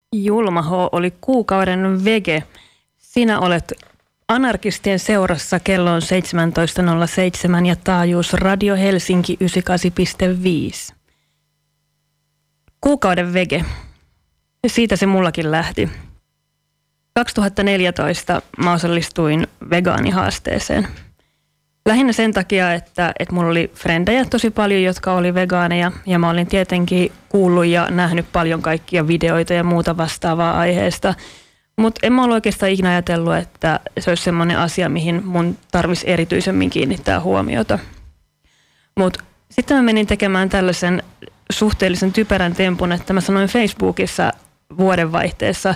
Julma H. oli kuukauden vege. Sinä olet Anarkistien seurassa, kello on 17.07 ja taajuus Radio Helsinki 98,5. Kuukauden vege. Siitä se mullakin lähti. 2014 mä osallistuin vegaanihaasteeseen. Lähinnä sen takia, että mulla oli frendejä tosi paljon, jotka oli vegaaneja, ja mä olin tietenkin kuullut ja nähnyt paljon kaikkia videoita ja muuta vastaavaa aiheesta. Mutta en mä ollut oikeastaan ikinä ajatellut, että se olisi semmoinen asia, mihin mun tarvitsisi erityisemmin kiinnittää huomiota. Mutta sitten mä menin tekemään tällaisen suhteellisen typerän tempun, että mä sanoin Facebookissa vuodenvaihteessa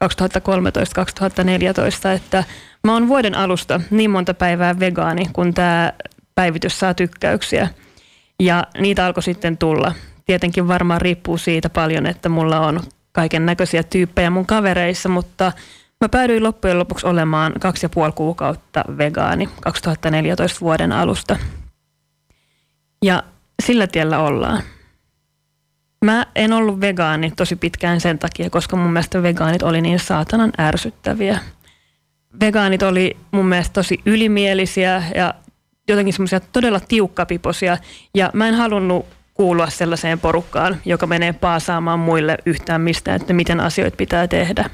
2013-2014, että mä oon vuoden alusta niin monta päivää vegaani, kun tämä päivitys saa tykkäyksiä. Ja niitä alkoi sitten tulla. Tietenkin varmaan riippuu siitä paljon, että mulla on kaiken näköisiä tyyppejä mun kavereissa, mutta mä päädyin loppujen lopuksi olemaan 2,5 kuukautta vegaani 2014 vuoden alusta. Ja sillä tiellä ollaan. Mä en ollut vegaani tosi pitkään sen takia, koska mun mielestä vegaanit oli niin saatanan ärsyttäviä. Vegaanit oli mun mielestä tosi ylimielisiä ja jotenkin semmoisia todella tiukkapipoisia. Ja mä en halunnut kuulua sellaiseen porukkaan, joka menee paasaamaan muille yhtään mistään, että miten asioita pitää tehdä.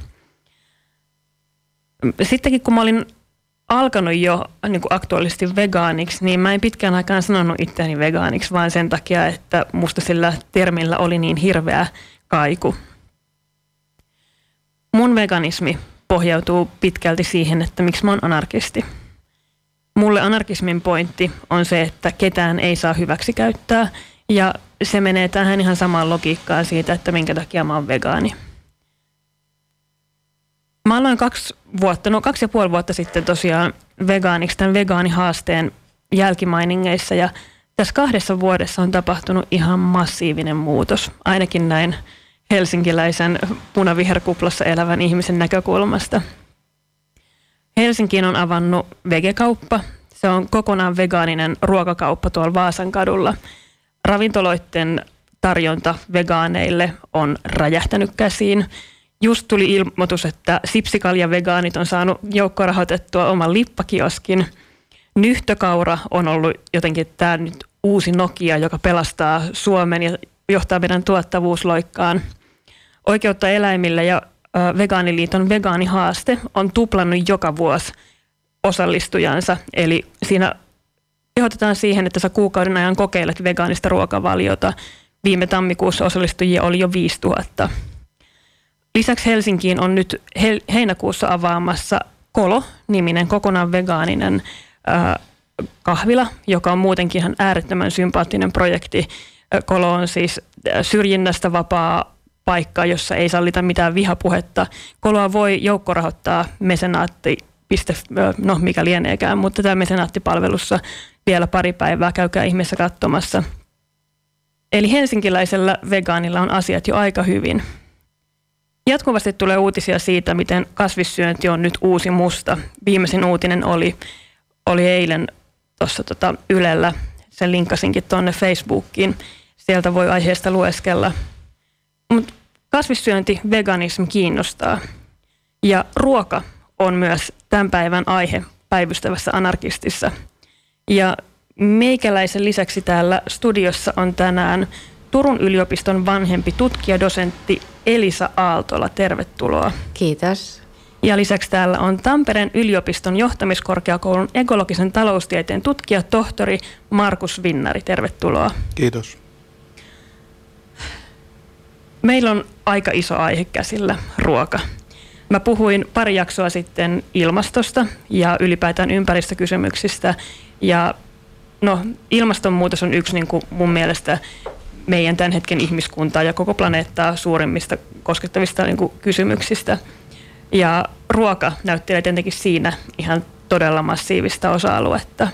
Sittenkin kun mä olin alkanut jo niin kuin aktuaalisesti vegaaniksi, niin mä en pitkään aikaan sanonut itseäni vegaaniksi, vaan sen takia, että musta sillä termillä oli niin hirveä kaiku. Mun veganismi pohjautuu pitkälti siihen, että miksi mä oon anarkisti. Mulle anarkismin pointti on se, että ketään ei saa hyväksikäyttää, ja se menee tähän ihan samaan logiikkaan siitä, että minkä takia mä oon vegaani. Mä aloin 2,5 vuotta sitten tosiaan vegaaniksi tämän vegaanihaasteen jälkimainingeissa, ja tässä 2 vuodessa on tapahtunut ihan massiivinen muutos, ainakin näin helsinkiläisen punaviherkuplassa elävän ihmisen näkökulmasta. Helsinkiin on avannut vegekauppa. Se on kokonaan vegaaninen ruokakauppa tuolla Vaasan kadulla. Ravintoloiden tarjonta vegaaneille on räjähtänyt käsiin. Just tuli ilmoitus, että sipsikaljavegaanit on saanut joukkorahoitettua oman lippakioskin. Nyhtökaura on ollut jotenkin tämä nyt uusi Nokia, joka pelastaa Suomen ja johtaa meidän tuottavuusloikkaan. Oikeutta eläimille ja Vegaaniliiton vegaanihaaste on tuplannut joka vuosi osallistujansa. Eli siinä kehotetaan siihen, että sä kuukauden ajan kokeilet vegaanista ruokavaliota. Viime tammikuussa osallistujia oli jo 5000. Lisäksi Helsinkiin on nyt heinäkuussa avaamassa Kolo-niminen kokonaan vegaaninen kahvila, joka on muutenkin ihan äärettömän sympaattinen projekti. Kolo on siis syrjinnästä vapaa paikka, jossa ei sallita mitään vihapuhetta. Koloa voi joukkorahoittaa mikä lieneekään, mutta tämä mesenaattipalvelussa vielä pari päivää, käykää ihmeessä katsomassa. Eli helsinkiläisellä vegaanilla on asiat jo aika hyvin. Jatkuvasti tulee uutisia siitä, miten kasvissyönti on nyt uusi musta. Viimeisin uutinen oli eilen tuossa Ylellä. Sen linkkasinkin tuonne Facebookiin. Sieltä voi aiheesta lueskella. Mutta kasvissyönti, veganismi kiinnostaa. Ja ruoka on myös tämän päivän aihe päivystävässä anarkistissa. Ja meikäläisen lisäksi täällä studiossa on tänään Turun yliopiston vanhempi tutkijadosentti Elisa Aaltola. Tervetuloa. Kiitos. Ja lisäksi täällä on Tampereen yliopiston johtamiskorkeakoulun ekologisen taloustieteen tutkija, tohtori Markus Vinnari. Tervetuloa. Kiitos. Meillä on aika iso aihe käsillä, ruoka. Mä puhuin pari jaksoa sitten ilmastosta ja ylipäätään ympäristökysymyksistä. Ja ilmastonmuutos on yksi niin kuin mun mielestä meidän tämän hetken ihmiskuntaa ja koko planeettaa suurimmista koskettavista niin kuin kysymyksistä. Ja ruoka näyttelee tietenkin siinä ihan todella massiivista osa-aluetta.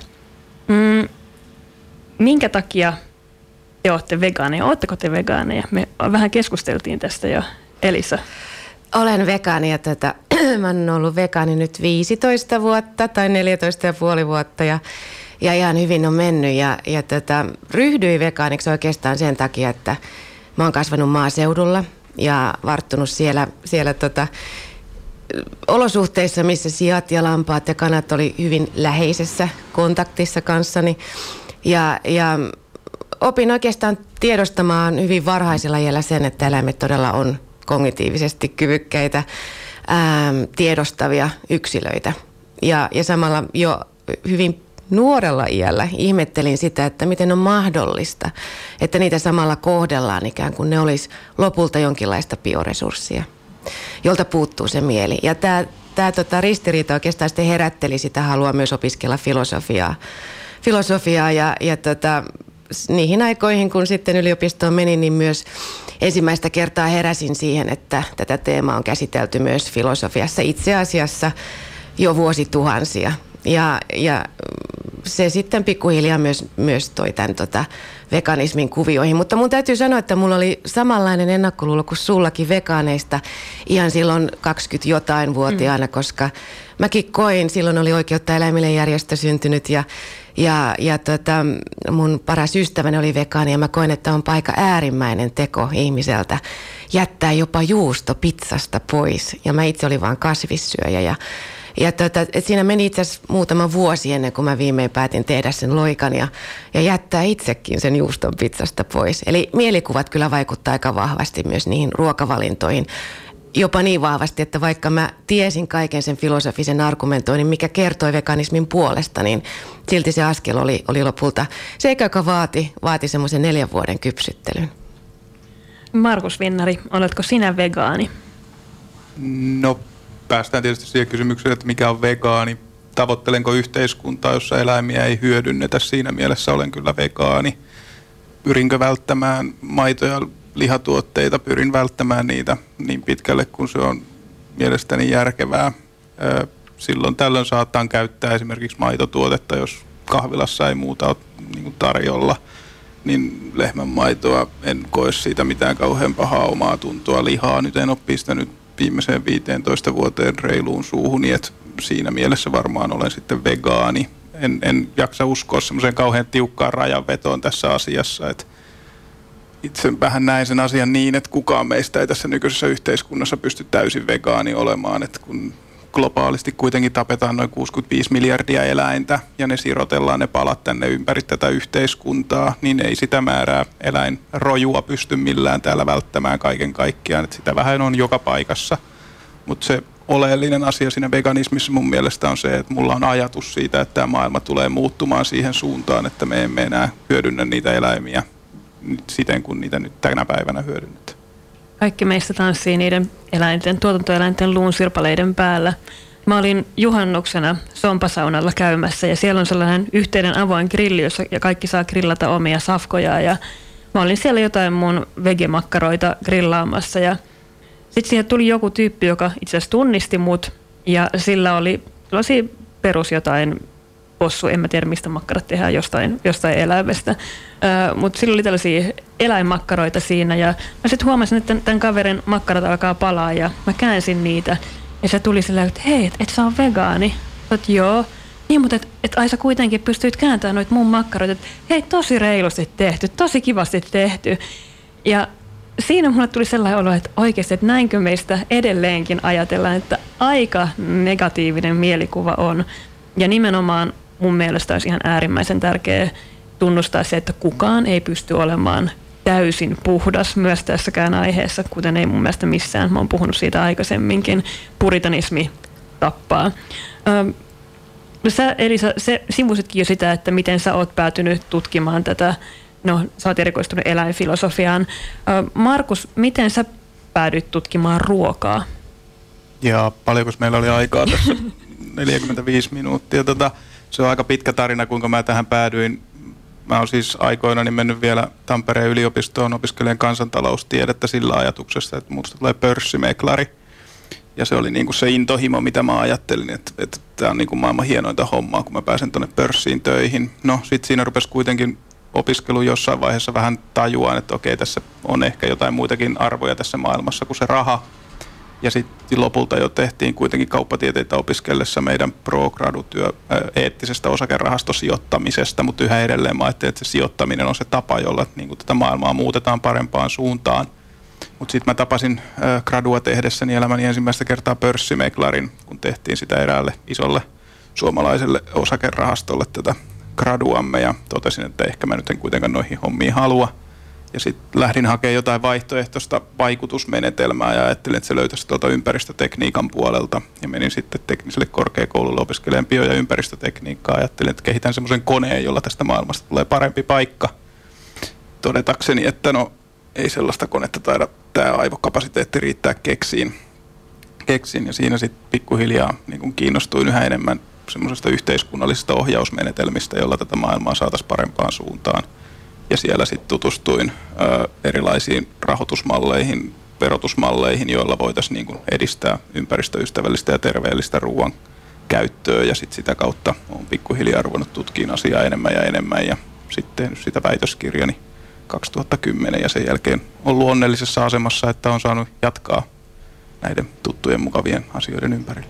Minkä takia te olette vegaaneja? Oletteko te vegaaneja? Me vähän keskusteltiin tästä jo, Elisa. Olen vegaani ja mä oon ollut vegaani nyt 15 vuotta tai 14,5 vuotta ja ihan hyvin on mennyt ja ryhdyin vegaaniksi oikeastaan sen takia, että mä oon kasvanut maaseudulla ja varttunut siellä olosuhteissa, missä siat ja lampaat ja kanat oli hyvin läheisessä kontaktissa kanssani. Ja opin oikeastaan tiedostamaan hyvin varhaisella iällä sen, että eläimet todella on kognitiivisesti kyvykkäitä, tiedostavia yksilöitä. Ja samalla jo hyvin nuorella iällä ihmettelin sitä, että miten on mahdollista, että niitä samalla kohdellaan ikään kuin ne olisi lopulta jonkinlaista bioresurssia, jolta puuttuu se mieli. Ja tämä ristiriita oikeastaan sitten herätteli sitä halua myös opiskella filosofiaa ja niihin aikoihin, kun sitten yliopistoon menin, niin myös ensimmäistä kertaa heräsin siihen, että tätä teemaa on käsitelty myös filosofiassa itse asiassa jo vuosituhansia. Ja se sitten pikkuhiljaa myös toi tämän veganismin kuvioihin. Mutta mun täytyy sanoa, että mulla oli samanlainen ennakkoluulo kuin sullakin vegaaneista ihan silloin 20-jotain-vuotiaana, koska mäkin koin, silloin oli Oikeutta eläimille järjestö syntynyt ja mun paras ystäväni oli vegaani ja mä koin, että on aika äärimmäinen teko ihmiseltä jättää jopa juusto pizzasta pois. Ja mä itse olin vaan kasvissyöjä et siinä meni itse asiassa muutama vuosi ennen kuin mä viimein päätin tehdä sen loikan ja jättää itsekin sen juuston pizzasta pois. Eli mielikuvat kyllä vaikuttaa aika vahvasti myös niihin ruokavalintoihin. Jopa niin vahvasti, että vaikka mä tiesin kaiken sen filosofisen argumentoinnin, mikä kertoi veganismin puolesta, niin silti se askel oli lopulta se, joka vaati semmoisen 4 vuoden kypsyttelyn. Markus Vinnari, oletko sinä vegaani? No, päästään tietysti siihen kysymykseen, että mikä on vegaani. Tavoittelenko yhteiskuntaa, jossa eläimiä ei hyödynnetä? Siinä mielessä olen kyllä vegaani. Pyrinkö välttämään maito- ja lihatuotteita? Pyrin välttämään niitä niin pitkälle, kun se on mielestäni järkevää. Silloin tällöin saattaa käyttää esimerkiksi maitotuotetta, jos kahvilassa ei muuta ole niin tarjolla. Niin lehmän maitoa en koe siitä mitään kauhean pahaa omaa tuntua. Lihaa nyt en ole pistänyt viimeiseen 15 vuoteen reiluun suuhuni, että siinä mielessä varmaan olen sitten vegaani. En jaksa uskoa semmoiseen kauhean tiukkaan rajanvetoon tässä asiassa, että itse vähän näin sen asian niin, että kukaan meistä ei tässä nykyisessä yhteiskunnassa pysty täysin vegaani olemaan, että kun globaalisti kuitenkin tapetaan noin 65 miljardia eläintä ja ne sirotellaan ne palat tänne ympäri tätä yhteiskuntaa, niin ei sitä määrää eläinrojua pysty millään täällä välttämään kaiken kaikkiaan. Että sitä vähän on joka paikassa, mutta se oleellinen asia siinä veganismissa mun mielestä on se, että mulla on ajatus siitä, että tämä maailma tulee muuttumaan siihen suuntaan, että me emme enää hyödynnä niitä eläimiä siten, kun niitä nyt tänä päivänä hyödynnetään. Kaikki meistä tanssii niiden tuotantoeläinten luunsirpaleiden päällä. Mä olin juhannuksena Sompasaunalla käymässä ja siellä on sellainen yhteinen avoin grilli, jossa kaikki saa grillata omia safkoja. Ja mä olin siellä jotain mun vegemakkaroita grillaamassa ja sitten siihen tuli joku tyyppi, joka itse asiassa tunnisti mut ja sillä oli perus jotain possu, en mä tiedä mistä makkarat tehdään jostain eläimestä. Mutta sillä oli tällaisia eläinmakkaroita siinä ja mä sitten huomasin, että tämän kaverin makkarat alkaa palaa ja mä käänsin niitä. Ja se tuli silleen, että hei, et sä oon vegaani. Että joo. Niin, mutta et ai sä kuitenkin pystyit kääntämään noita mun makkaroita. Että hei, tosi reilusti tehty, tosi kivasti tehty. Ja siinä mulle tuli sellainen olo, että oikeasti, että näinkö meistä edelleenkin ajatellaan, että aika negatiivinen mielikuva on. Ja nimenomaan mun mielestä olisi ihan äärimmäisen tärkeää tunnustaa se, että kukaan ei pysty olemaan täysin puhdas myös tässäkään aiheessa, kuten ei mun mielestä missään. Mä oon puhunut siitä aikaisemminkin. Puritanismi tappaa. Sä, Elisa, sivusitkin jo sitä, että miten sä oot päätynyt tutkimaan tätä, no sä oot erikoistunut eläinfilosofiaan. Markus, miten sä päädyit tutkimaan ruokaa? Ja paljonko meillä oli aikaa tässä? 45 minuuttia. Se on aika pitkä tarina, kuinka mä tähän päädyin. Mä oon siis aikoinani mennyt vielä Tampereen yliopistoon opiskelemaan kansantaloustiedettä sillä ajatuksessa, että musta tulee pörssimeklari. Ja se oli niinku se intohimo, mitä mä ajattelin, että tää on niinku maailman hienointa hommaa, kun mä pääsen tonne pörssiin töihin. No sit siinä rupesi kuitenkin opiskelu jossain vaiheessa vähän tajuaan, että okei, tässä on ehkä jotain muitakin arvoja tässä maailmassa kuin se raha. Ja sitten lopulta jo tehtiin kuitenkin kauppatieteitä opiskellessa meidän pro-gradutyö eettisestä osakerahastosijoittamisesta, mutta yhä edelleen mä ajattelin, että se sijoittaminen on se tapa, jolla niin tätä maailmaa muutetaan parempaan suuntaan. Mutta sitten mä tapasin gradua tehdessäni elämäni ensimmäistä kertaa pörssimeklarin, kun tehtiin sitä eräälle isolle suomalaiselle osakerahastolle tätä graduamme ja totesin, että ehkä mä nyt en kuitenkaan noihin hommiin halua. Ja sitten lähdin hakemaan jotain vaihtoehtoista vaikutusmenetelmää ja ajattelin, että se löytäisi tuolta ympäristötekniikan puolelta. Ja menin sitten tekniselle korkeakoululle opiskelemaan bio- ja ympäristötekniikkaa. Ajattelin, että kehitän semmoisen koneen, jolla tästä maailmasta tulee parempi paikka. Todetakseni, että no ei sellaista konetta taida tämä aivokapasiteetti riittää keksiin. Ja siinä sitten pikkuhiljaa niin kun kiinnostuin yhä enemmän semmoisesta yhteiskunnallisesta ohjausmenetelmistä, jolla tätä maailmaa saataisiin parempaan suuntaan. Ja siellä sitten tutustuin erilaisiin rahoitusmalleihin, verotusmalleihin, joilla voitaisiin niin kuin edistää ympäristöystävällistä ja terveellistä ruoan käyttöä. Ja sitten sitä kautta olen pikkuhiljaa ruvennut tutkimaan asiaa enemmän ja enemmän. Ja sitten tehnyt sitä väitöskirjani 2010 ja sen jälkeen ollut onnellisessa asemassa, että on saanut jatkaa näiden tuttujen mukavien asioiden ympärillä.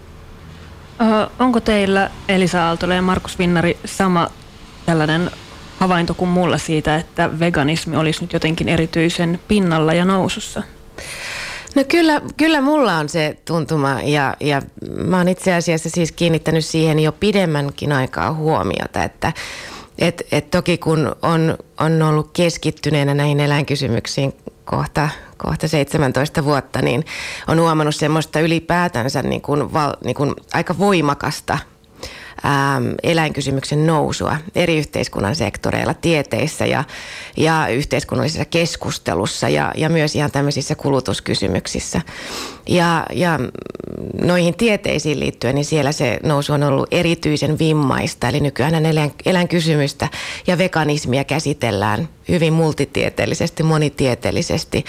Onko teillä, Elisa Aaltola ja Markus Vinnari, sama tällainen havainto kuin mulla siitä, että veganismi olisi nyt jotenkin erityisen pinnalla ja nousussa? No kyllä mulla on se tuntuma ja mä oon itse asiassa siis kiinnittänyt siihen jo pidemmänkin aikaa huomiota, että toki kun on ollut keskittyneenä näihin eläinkysymyksiin kohta 17 vuotta, niin on huomannut semmoista ylipäätänsä niin kuin aika voimakasta eläinkysymyksen nousua eri yhteiskunnan sektoreilla, tieteissä ja yhteiskunnallisessa keskustelussa ja myös ihan tämmöisissä kulutuskysymyksissä. Ja noihin tieteisiin liittyen, niin siellä se nousu on ollut erityisen vimmaista. Eli nykyään eläinkysymystä ja veganismia käsitellään hyvin multitieteellisesti, monitieteellisesti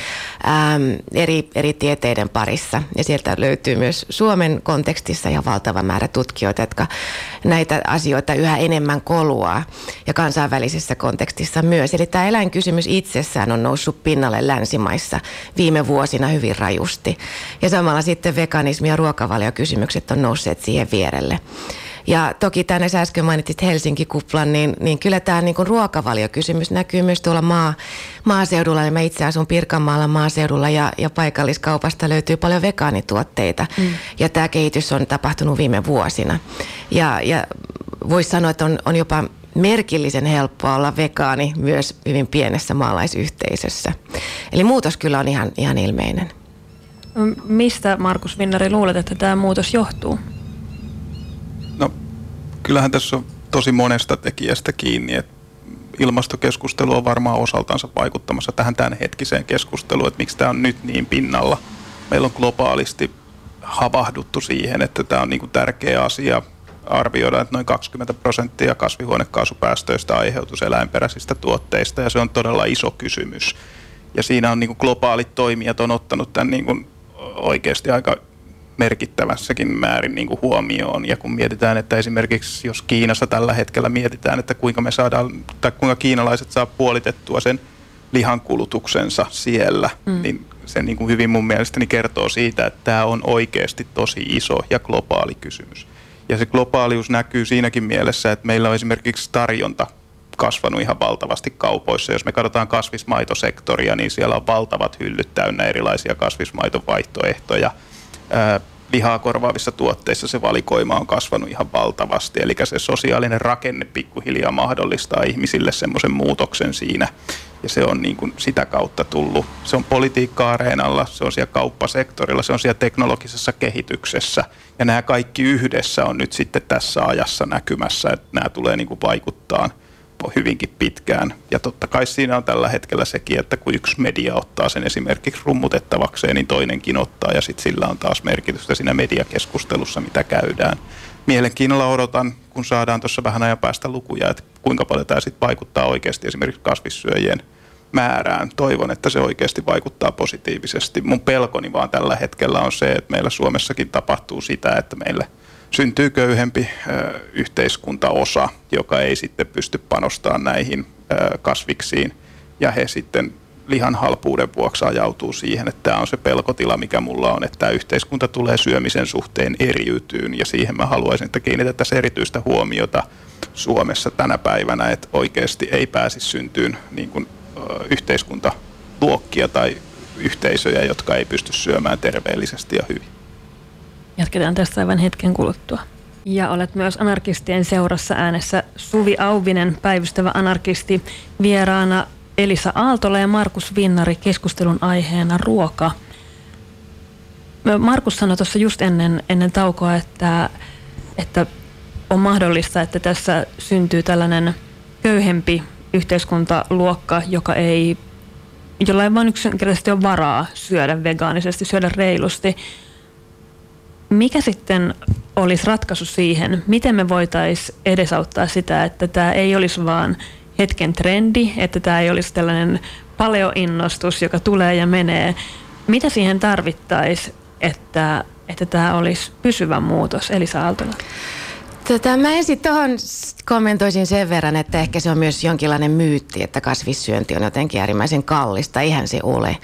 eri tieteiden parissa. Ja sieltä löytyy myös Suomen kontekstissa ihan valtava määrä tutkijoita, jotka näitä asioita yhä enemmän koluaa ja kansainvälisessä kontekstissa myös. Eli tämä eläinkysymys itsessään on noussut pinnalle länsimaissa viime vuosina hyvin rajusti. Ja samalla sitten veganismi ja ruokavaliokysymykset on nousseet siihen vierelle. Ja toki tänne äsken mainitsit Helsinki-kuplan, niin kyllä tämä niin kuin ruokavaliokysymys näkyy myös tuolla maaseudulla. Eli mä itse asun Pirkanmaalla maaseudulla ja paikalliskaupasta löytyy paljon vegaanituotteita. Ja tämä kehitys on tapahtunut viime vuosina. Ja voisi sanoa, että on jopa merkillisen helppoa olla vegaani myös hyvin pienessä maalaisyhteisössä. Eli muutos kyllä on ihan ilmeinen. Mistä, Markus Vinnari, luulet, että tämä muutos johtuu? No, kyllähän tässä on tosi monesta tekijästä kiinni, että ilmastokeskustelu on varmaan osaltansa vaikuttamassa tähän tämänhetkiseen keskusteluun, että miksi tämä on nyt niin pinnalla. Meillä on globaalisti havahduttu siihen, että tämä on niin kuin tärkeä asia. Arvioidaan, että noin 20% kasvihuonekaasupäästöistä aiheutus eläinperäisistä tuotteista, ja se on todella iso kysymys. Ja siinä on niin kuin globaalit toimijat on ottanut tämän niin kuin oikeasti aika merkittävässäkin määrin niin kuin huomioon. Ja kun mietitään, että esimerkiksi jos Kiinassa tällä hetkellä mietitään, että kuinka me saadaan, tai kuinka kiinalaiset saa puolitettua sen lihankulutuksensa siellä, niin se niin kuin hyvin mun mielestäni kertoo siitä, että tämä on oikeasti tosi iso ja globaali kysymys. Ja se globaalius näkyy siinäkin mielessä, että meillä on esimerkiksi tarjonta kasvanut ihan valtavasti kaupoissa. Jos me katsotaan kasvismaitosektoria, niin siellä on valtavat hyllyt täynnä erilaisia kasvismaitovaihtoehtoja. Lihaa korvaavissa tuotteissa se valikoima on kasvanut ihan valtavasti. Eli se sosiaalinen rakenne pikkuhiljaa mahdollistaa ihmisille semmoisen muutoksen siinä. Ja se on niin kuin sitä kautta tullut. Se on politiikka-areenalla, se on siellä kauppasektorilla, se on siellä teknologisessa kehityksessä. Ja nämä kaikki yhdessä on nyt sitten tässä ajassa näkymässä, että nämä tulee niin kuin vaikuttaa hyvinkin pitkään. Ja totta kai siinä on tällä hetkellä sekin, että kun yksi media ottaa sen esimerkiksi rummutettavakseen, niin toinenkin ottaa, ja sitten sillä on taas merkitystä siinä mediakeskustelussa, mitä käydään. Mielenkiinnolla odotan, kun saadaan tuossa vähän ajan päästä lukuja, että kuinka paljon tämä sitten vaikuttaa oikeasti esimerkiksi kasvissyöjien määrään. Toivon, että se oikeasti vaikuttaa positiivisesti. Mun pelkoni vaan tällä hetkellä on se, että meillä Suomessakin tapahtuu sitä, että meille syntyy köyhempi yhteiskuntaosa, joka ei sitten pysty panostamaan näihin kasviksiin, ja he sitten lihan halpuuden vuoksi ajautuu siihen, että tämä on se pelkotila, mikä mulla on, että tämä yhteiskunta tulee syömisen suhteen eriytyyn, ja siihen mä haluaisin, että kiinnitettäisiin erityistä huomiota Suomessa tänä päivänä, että oikeasti ei pääsisi syntyyn niin kuin yhteiskuntaluokkia tai yhteisöjä, jotka ei pysty syömään terveellisesti ja hyvin. Jatketaan tästä aivan hetken kuluttua. Ja olet myös anarkistien seurassa äänessä Suvi Auvinen, päivystävä anarkisti, vieraana Elisa Aaltola ja Markus Vinnari, keskustelun aiheena ruoka. Markus sanoi tuossa just ennen taukoa, että on mahdollista, että tässä syntyy tällainen köyhempi yhteiskuntaluokka, jolla ei vain yksinkertaisesti ole varaa syödä vegaanisesti, syödä reilusti. Mikä sitten olisi ratkaisu siihen, miten me voitaisiin edesauttaa sitä, että tämä ei olisi vaan hetken trendi, että tämä ei olisi tällainen paleoinnostus, joka tulee ja menee. Mitä siihen tarvittaisiin, että tämä olisi pysyvä muutos? Elisa Aaltola. Mä ensin tuohon kommentoisin sen verran, että ehkä se on myös jonkinlainen myytti, että kasvissyönti on jotenkin äärimmäisen kallista. Eihän se ole.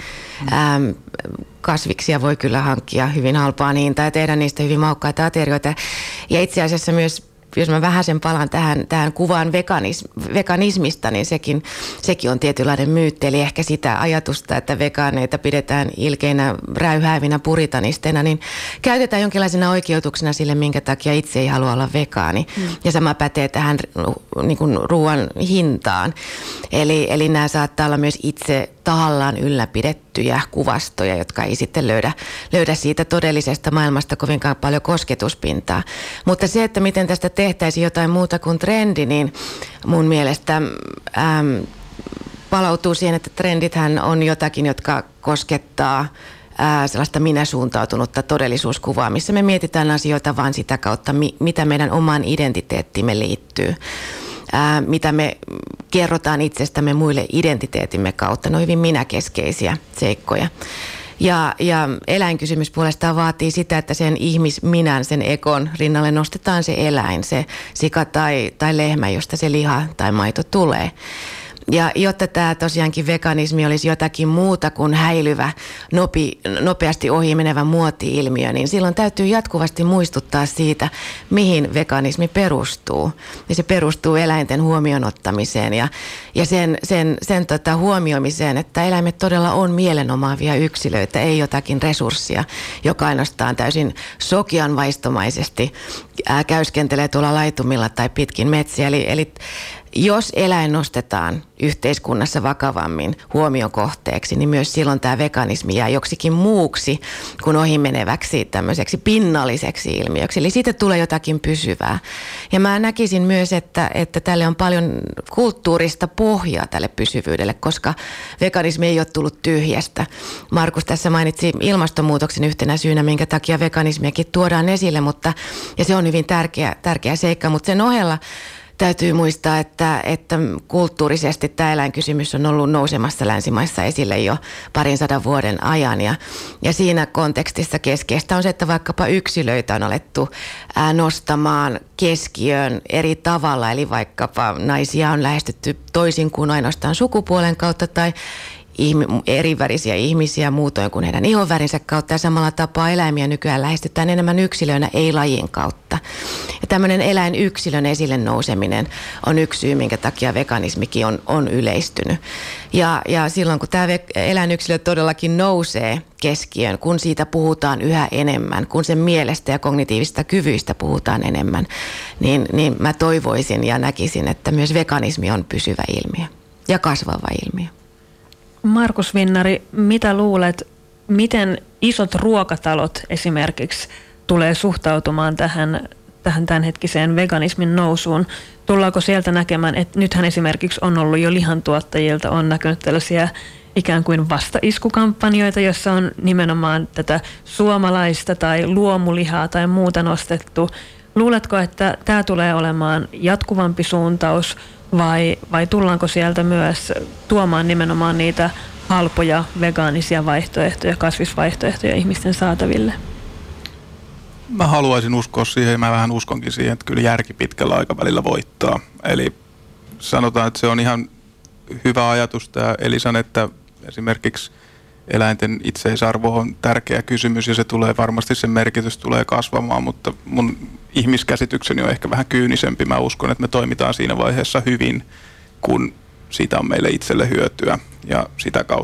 Kasviksia voi kyllä hankkia hyvin halpaan hintaan ja tehdä niistä hyvin maukkaita aterioita. Ja itse asiassa myös, jos mä vähäsen palaan tähän kuvaan veganismista, niin sekin on tietynlainen myytti. Eli ehkä sitä ajatusta, että vegaaneita pidetään ilkeinä räyhäävinä puritanisteina, niin käytetään jonkinlaisena oikeutuksena sille, minkä takia itse ei halua olla vegaani. Ja sama pätee tähän niin kuin ruoan hintaan. Eli nämä saattaa olla myös itse tahallaan ylläpidettyjä kuvastoja, jotka ei sitten löydä siitä todellisesta maailmasta kovinkaan paljon kosketuspintaa. Mutta se, että miten tästä tehtäisiin jotain muuta kuin trendi, niin mun mielestä palautuu siihen, että trendithän on jotakin, jotka koskettaa sellaista minäsuuntautunutta todellisuuskuvaa, missä me mietitään asioita vain sitä kautta, mitä meidän omaan identiteettimme liittyy. Mitä me kerrotaan itsestämme muille identiteetimme kautta. Ne on hyvin minäkeskeisiä seikkoja. Ja eläinkysymys puolestaan vaatii sitä, että sen ihmisminän, sen ekon rinnalle nostetaan se eläin, se sika tai lehmä, josta se liha tai maito tulee. Ja jotta tämä tosiaankin veganismi olisi jotakin muuta kuin häilyvä, nopeasti ohi menevä muoti-ilmiö, niin silloin täytyy jatkuvasti muistuttaa siitä, mihin veganismi perustuu. Ja se perustuu eläinten huomioon ottamiseen ja sen huomioimiseen, että eläimet todella on mielenomaavia yksilöitä, ei jotakin resurssia, joka ainoastaan täysin sokeanvaistomaisesti käyskentelee tuolla laitumilla tai pitkin metsiä. Eli jos eläin nostetaan yhteiskunnassa vakavammin huomion kohteeksi, niin myös silloin tämä veganismi jää joksikin muuksi kuin ohimeneväksi tämmöiseksi pinnalliseksi ilmiöksi. Eli siitä tulee jotakin pysyvää. Ja mä näkisin myös, että tälle on paljon kulttuurista pohjaa tälle pysyvyydelle, koska veganismi ei ole tullut tyhjästä. Markus tässä mainitsi ilmastonmuutoksen yhtenä syynä, minkä takia veganismiakin tuodaan esille, ja se on hyvin tärkeä seikka, mutta sen ohella täytyy muistaa, että kulttuurisesti tämä eläinkysymys on ollut nousemassa länsimaissa esille jo 200 vuoden ajan. Ja siinä kontekstissa keskeistä on se, että vaikkapa yksilöitä on alettu nostamaan keskiöön eri tavalla. Eli vaikkapa naisia on lähestytty toisin kuin ainoastaan sukupuolen kautta tai erivärisiä ihmisiä muutoin kuin heidän ihonvärinsä kautta ja samalla tapaa eläimiä nykyään lähestytään enemmän yksilöinä, ei lajin kautta. Ja tämmöinen eläinyksilön esille nouseminen on yksi syy, minkä takia veganismikin on yleistynyt. Ja silloin kun tämä eläinyksilö todellakin nousee keskiöön, kun siitä puhutaan yhä enemmän, kun sen mielestä ja kognitiivisista kyvyistä puhutaan enemmän, niin mä toivoisin ja näkisin, että myös veganismi on pysyvä ilmiö ja kasvava ilmiö. Markus Vinnari, mitä luulet, miten isot ruokatalot esimerkiksi tulee suhtautumaan tähän tämänhetkiseen veganismin nousuun? Tullaanko sieltä näkemään, että nythän esimerkiksi on ollut jo lihantuottajilta, on näkynyt tällaisia ikään kuin vastaiskukampanjoita, jossa on nimenomaan tätä suomalaista tai luomulihaa tai muuta nostettu. Luuletko, että tämä tulee olemaan jatkuvampi suuntaus? Vai tullaanko sieltä myös tuomaan nimenomaan niitä halpoja vegaanisia vaihtoehtoja, kasvisvaihtoehtoja ihmisten saataville? Mä haluaisin uskoa siihen ja mä vähän uskonkin siihen, että kyllä järki pitkällä aikavälillä voittaa. Eli sanotaan, että se on ihan hyvä ajatus tämä Elisan, että esimerkiksi eläinten itseisarvo on tärkeä kysymys ja se tulee varmasti, sen merkitys tulee kasvamaan, mutta mun ihmiskäsitykseni on ehkä vähän kyynisempi. Mä uskon, että me toimitaan siinä vaiheessa hyvin, kun siitä on meille itselle hyötyä ja sitä kautta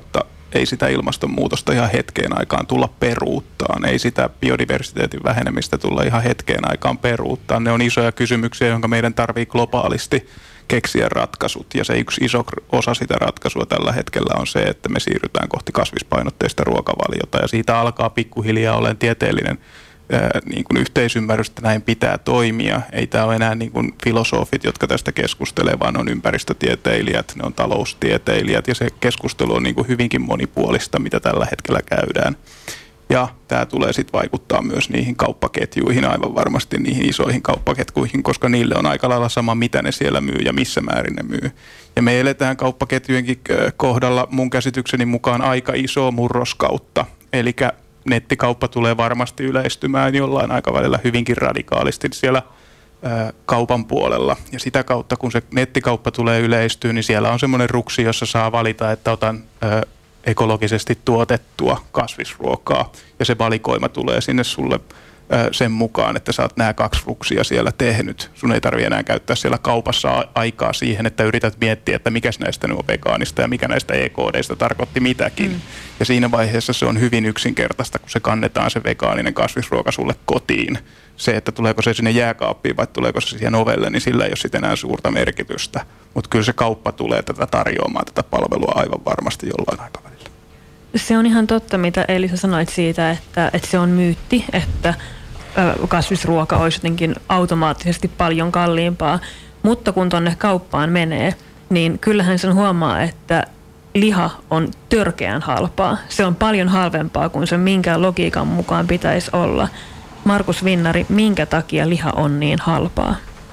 ei sitä ilmastonmuutosta ihan hetkeen aikaan tulla peruuttaan, ei sitä biodiversiteetin vähenemistä tulla ihan hetkeen aikaan peruuttaan. Ne on isoja kysymyksiä, jotka meidän tarvii globaalisti keksiä ratkaisut. Ja se yksi iso osa sitä ratkaisua tällä hetkellä on se, että me siirrytään kohti kasvispainotteista ruokavaliota. Ja siitä alkaa pikkuhiljaa olemaan tieteellinen niin kuin yhteisymmärrys, että näin pitää toimia. Ei tämä ole enää niin kuin filosofit, jotka tästä keskustelee, vaan ne on ympäristötieteilijät, ne on taloustieteilijät ja se keskustelu on niin kuin hyvinkin monipuolista, mitä tällä hetkellä käydään. Ja tämä tulee sitten vaikuttaa myös niihin kauppaketjuihin, aivan varmasti niihin isoihin kauppaketjuihin, koska niille on aika lailla sama, mitä ne siellä myy ja missä määrin ne myy. Ja me eletään kauppaketjujenkin kohdalla mun käsitykseni mukaan aika isoa murroskautta, eli nettikauppa tulee varmasti yleistymään jollain aikavälillä hyvinkin radikaalisti siellä kaupan puolella. Ja sitä kautta, kun se nettikauppa tulee yleistyä, niin siellä on semmoinen ruksi, jossa saa valita, että otan ekologisesti tuotettua kasvisruokaa. Ja se valikoima tulee sinne sulle sen mukaan, että sä oot nämä 2 ruksia siellä tehnyt. Sun ei tarvitse enää käyttää siellä kaupassa aikaa siihen, että yrität miettiä, että mikäs näistä nyt on vegaanista ja mikä näistä EKDistä tarkoitti mitäkin. Ja siinä vaiheessa se on hyvin yksinkertaista, kun se kannetaan se vegaaninen kasvisruoka sulle kotiin. Se, että tuleeko se sinne jääkaappiin vai tuleeko se siihen ovelle, niin sillä ei ole sitten enää suurta merkitystä. Mutta kyllä se kauppa tulee tätä tarjoamaan, tätä palvelua aivan varmasti jollain aikavälillä. Se on ihan totta, mitä Elisa sanoit siitä, että se on myytti, että kasvisruoka olisi jotenkin automaattisesti paljon kalliimpaa. Mutta kun tuonne kauppaan menee, niin kyllähän sen huomaa, että liha on törkeän halpaa. Se on paljon halvempaa kuin se minkään logiikan mukaan pitäisi olla. Markus Vinnari, minkä takia liha on niin halpaa?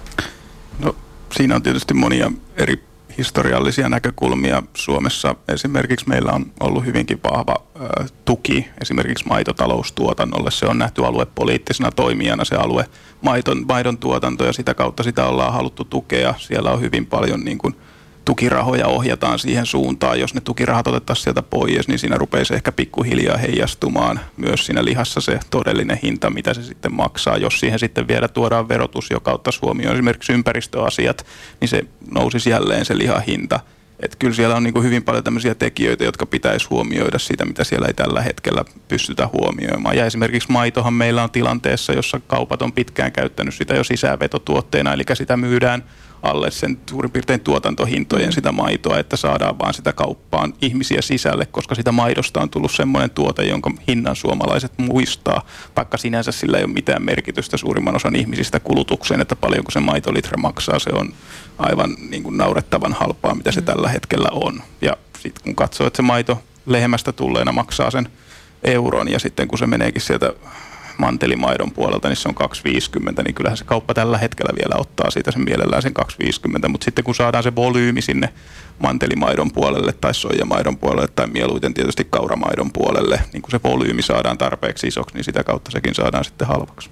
No, siinä on tietysti monia eri historiallisia näkökulmia. Suomessa esimerkiksi meillä on ollut hyvinkin vahva tuki esimerkiksi maitotaloustuotannolle. Se on nähty aluepoliittisena toimijana se alue maidon tuotanto ja sitä kautta sitä ollaan haluttu tukea. Siellä on hyvin paljon niin kuin tukirahoja ohjataan siihen suuntaan. Jos ne tukirahat otettaisiin sieltä pois, niin siinä rupeisi ehkä pikkuhiljaa heijastumaan myös siinä lihassa se todellinen hinta, mitä se sitten maksaa. Jos siihen sitten vielä tuodaan verotus, joka ottaisi huomioon esimerkiksi ympäristöasiat, niin se nousisi jälleen se lihahinta. Että kyllä siellä on niin kuin hyvin paljon tämmöisiä tekijöitä, jotka pitäisi huomioida siitä, mitä siellä ei tällä hetkellä pystytä huomioimaan. Ja esimerkiksi maitohan meillä on tilanteessa, jossa kaupat on pitkään käyttänyt sitä jo sisäänvetotuotteena, eli sitä myydään alle sen suurin piirtein tuotantohintojen sitä maitoa, että saadaan vaan sitä kauppaan ihmisiä sisälle, koska sitä maidosta on tullut semmoinen tuote, jonka hinnan suomalaiset muistaa, vaikka sinänsä sillä ei ole mitään merkitystä suurimman osan ihmisistä kulutukseen, että paljonko se maitolitra maksaa, se on aivan niin kuin naurettavan halpaa, mitä se tällä hetkellä on. Ja sitten kun katsoo, että se maito lehmästä tulleena maksaa sen euron ja sitten kun se meneekin sieltä mantelimaidon puolelta, niin se on 2,50, niin kyllähän se kauppa tällä hetkellä vielä ottaa siitä sen mielellään sen 2,50, mutta sitten kun saadaan se volyymi sinne mantelimaidon puolelle tai soijamaidon puolelle tai mieluiten tietysti kauramaidon puolelle, niin kun se volyymi saadaan tarpeeksi isoksi, niin sitä kautta sekin saadaan sitten halvaksi.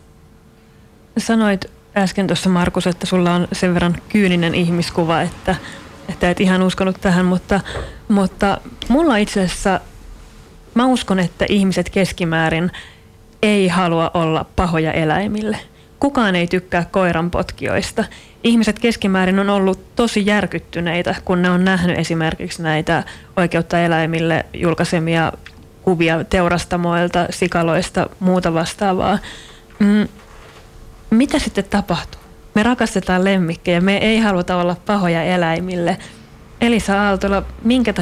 Sanoit äsken tuossa, Markus, että sulla on sen verran kyyninen ihmiskuva, että et ihan uskonut tähän, mutta mulla itse asiassa, mä uskon, että ihmiset keskimäärin ei halua olla pahoja eläimille. Kukaan ei tykkää koiranpotkijoista. Ihmiset keskimäärin on ollut tosi järkyttyneitä, kun ne on nähnyt esimerkiksi näitä Oikeutta eläimille julkaisemia kuvia teurastamoilta, sikaloista, muuta vastaavaa. Mitä sitten tapahtuu? Me rakastetaan lemmikkejä, me ei haluta olla pahoja eläimille. Elisa Aaltola, minkä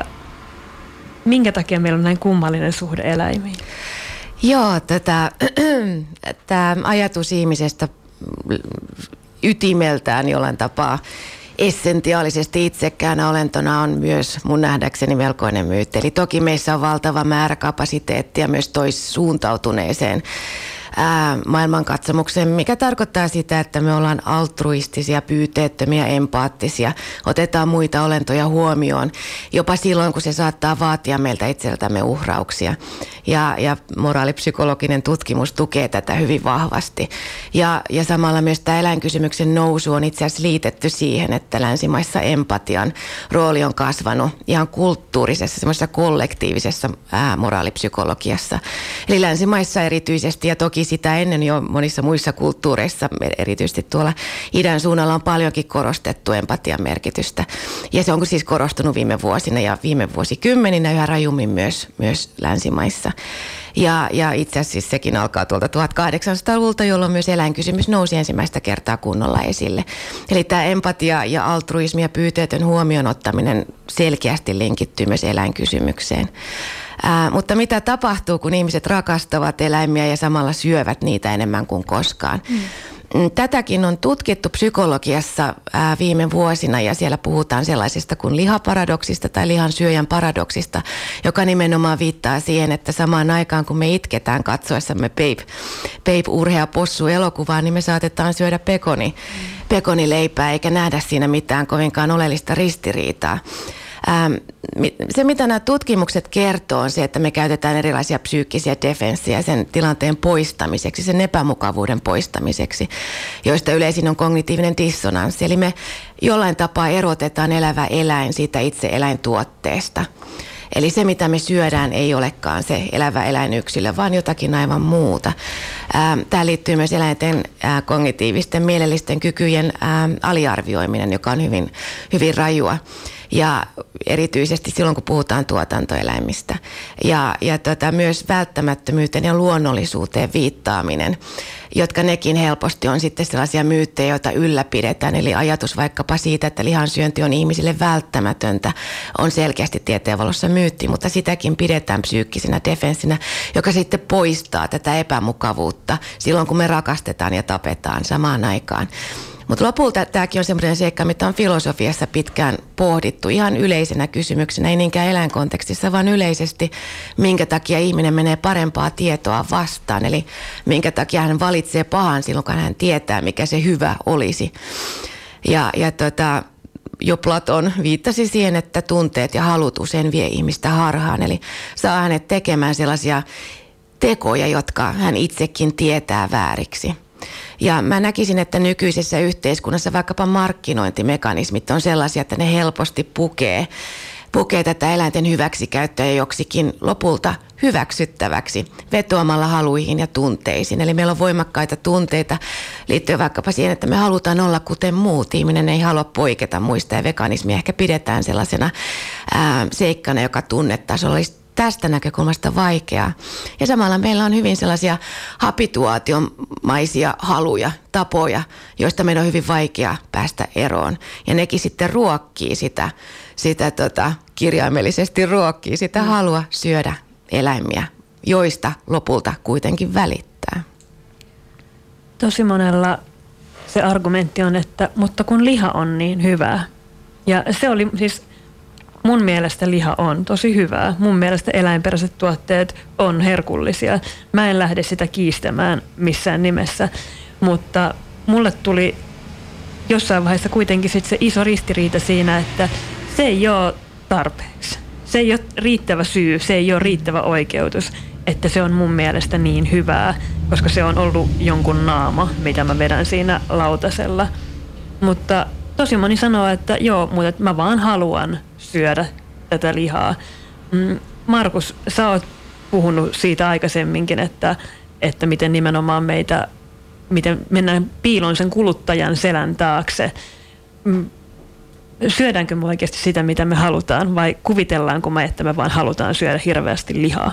takia meillä on näin kummallinen suhde eläimiin? Joo, tämä ajatus ihmisestä ytimeltään jollain tapaa essentiaalisesti itsekkäänä olentona on myös mun nähdäkseni melkoinen myytti. Eli toki meissä on valtava määrä kapasiteettia myös toissuuntautuneeseen maailmankatsomukseen, mikä tarkoittaa sitä, että me ollaan altruistisia, pyyteettömiä, empaattisia, otetaan muita olentoja huomioon, jopa silloin, kun se saattaa vaatia meiltä itseltämme uhrauksia. Ja moraalipsykologinen tutkimus tukee tätä hyvin vahvasti. Ja samalla myös tämä eläinkysymyksen nousu on itse asiassa liitetty siihen, että länsimaissa empatian rooli on kasvanut ihan kulttuurisessa, semmoisessa kollektiivisessa moraalipsykologiassa. Eli länsimaissa erityisesti, ja toki toki sitä ennen jo monissa muissa kulttuureissa, erityisesti tuolla idän suunnalla on paljonkin korostettu empatian merkitystä. Ja se on siis korostunut viime vuosina ja viime vuosikymmeninä yhä rajummin myös länsimaissa. Ja itse asiassa sekin alkaa tuolta 1800-luvulta, jolloin myös eläinkysymys nousi ensimmäistä kertaa kunnolla esille. Eli tämä empatia ja altruismi ja pyyteetön huomioon ottaminen selkeästi linkittyy myös eläinkysymykseen. Mutta mitä tapahtuu, kun ihmiset rakastavat eläimiä ja samalla syövät niitä enemmän kuin koskaan? Tätäkin on tutkittu psykologiassa viime vuosina ja siellä puhutaan sellaisesta kuin lihaparadoksista tai lihan syöjän paradoksista, joka nimenomaan viittaa siihen, että samaan aikaan kun me itketään katsoessamme Babe urhea possu elokuvaa, niin me saatetaan syödä pekonileipää eikä nähdä siinä mitään kovinkaan oleellista ristiriitaa. Se, mitä nämä tutkimukset kertoo, on se, että me käytetään erilaisia psyykkisiä defenssejä sen tilanteen poistamiseksi, sen epämukavuuden poistamiseksi, joista yleisin on kognitiivinen dissonanssi. Eli me jollain tapaa erotetaan elävä eläin siitä itse eläintuotteesta. Eli se, mitä me syödään, ei olekaan se elävä eläinyksilö, vaan jotakin aivan muuta. Tämä liittyy myös eläinten kognitiivisten mielellisten kykyjen aliarvioiminen, joka on hyvin, hyvin rajua. Ja erityisesti silloin, kun puhutaan tuotantoeläimistä. Ja myös välttämättömyyteen ja luonnollisuuteen viittaaminen, jotka nekin helposti on sitten sellaisia myyttejä, joita ylläpidetään. Eli ajatus vaikkapa siitä, että lihansyönti on ihmisille välttämätöntä, on selkeästi tieteenvalossa myytti, mutta sitäkin pidetään psyykkisenä defenssinä, joka sitten poistaa tätä epämukavuutta silloin, kun me rakastetaan ja tapetaan samaan aikaan. Mutta lopulta tämäkin on semmoinen seikka, mitä on filosofiassa pitkään pohdittu ihan yleisenä kysymyksenä, ei niinkään eläinkontekstissa, vaan yleisesti, minkä takia ihminen menee parempaa tietoa vastaan. Eli minkä takia hän valitsee pahan silloin, kun hän tietää, mikä se hyvä olisi. Jo Platon viittasi siihen, että tunteet ja halut usein vie ihmistä harhaan. Eli saa hänet tekemään sellaisia tekoja, jotka hän itsekin tietää vääriksi. Ja mä näkisin, että nykyisessä yhteiskunnassa vaikkapa markkinointimekanismit on sellaisia, että ne helposti pukee tätä eläinten hyväksikäyttöä joksikin lopulta hyväksyttäväksi vetoamalla haluihin ja tunteisiin. Eli meillä on voimakkaita tunteita liittyen vaikkapa siihen, että me halutaan olla kuten muut. Ihminen ei halua poiketa muista ja veganismia ehkä pidetään sellaisena seikkana, joka tunnetasolla olisi tästä näkökulmasta vaikeaa. Ja samalla meillä on hyvin sellaisia habituaatiomaisia haluja, tapoja, joista meidän on hyvin vaikea päästä eroon. Ja nekin sitten ruokkii sitä kirjaimellisesti ruokkii sitä halua syödä eläimiä, joista lopulta kuitenkin välittää. Tosi monella se argumentti on, että mutta kun liha on niin hyvää. Ja se oli siis... Mun mielestä liha on tosi hyvää. Mun mielestä eläinperäiset tuotteet on herkullisia. Mä en lähde sitä kiistämään missään nimessä, mutta mulle tuli jossain vaiheessa kuitenkin sit se iso ristiriita siinä, että se ei ole tarpeeksi. Se ei ole riittävä syy, se ei ole riittävä oikeutus, että se on mun mielestä niin hyvää, koska se on ollut jonkun naama, mitä mä vedän siinä lautasella. Mutta tosi moni sanoo, että joo, mutta mä vaan haluan syödä tätä lihaa. Markus, sä oot puhunut siitä aikaisemminkin, että miten nimenomaan miten mennään piilon sen kuluttajan selän taakse. Syödäänkö me oikeasti sitä, mitä me halutaan, vai kuvitellaanko me, että me vaan halutaan syödä hirveästi lihaa?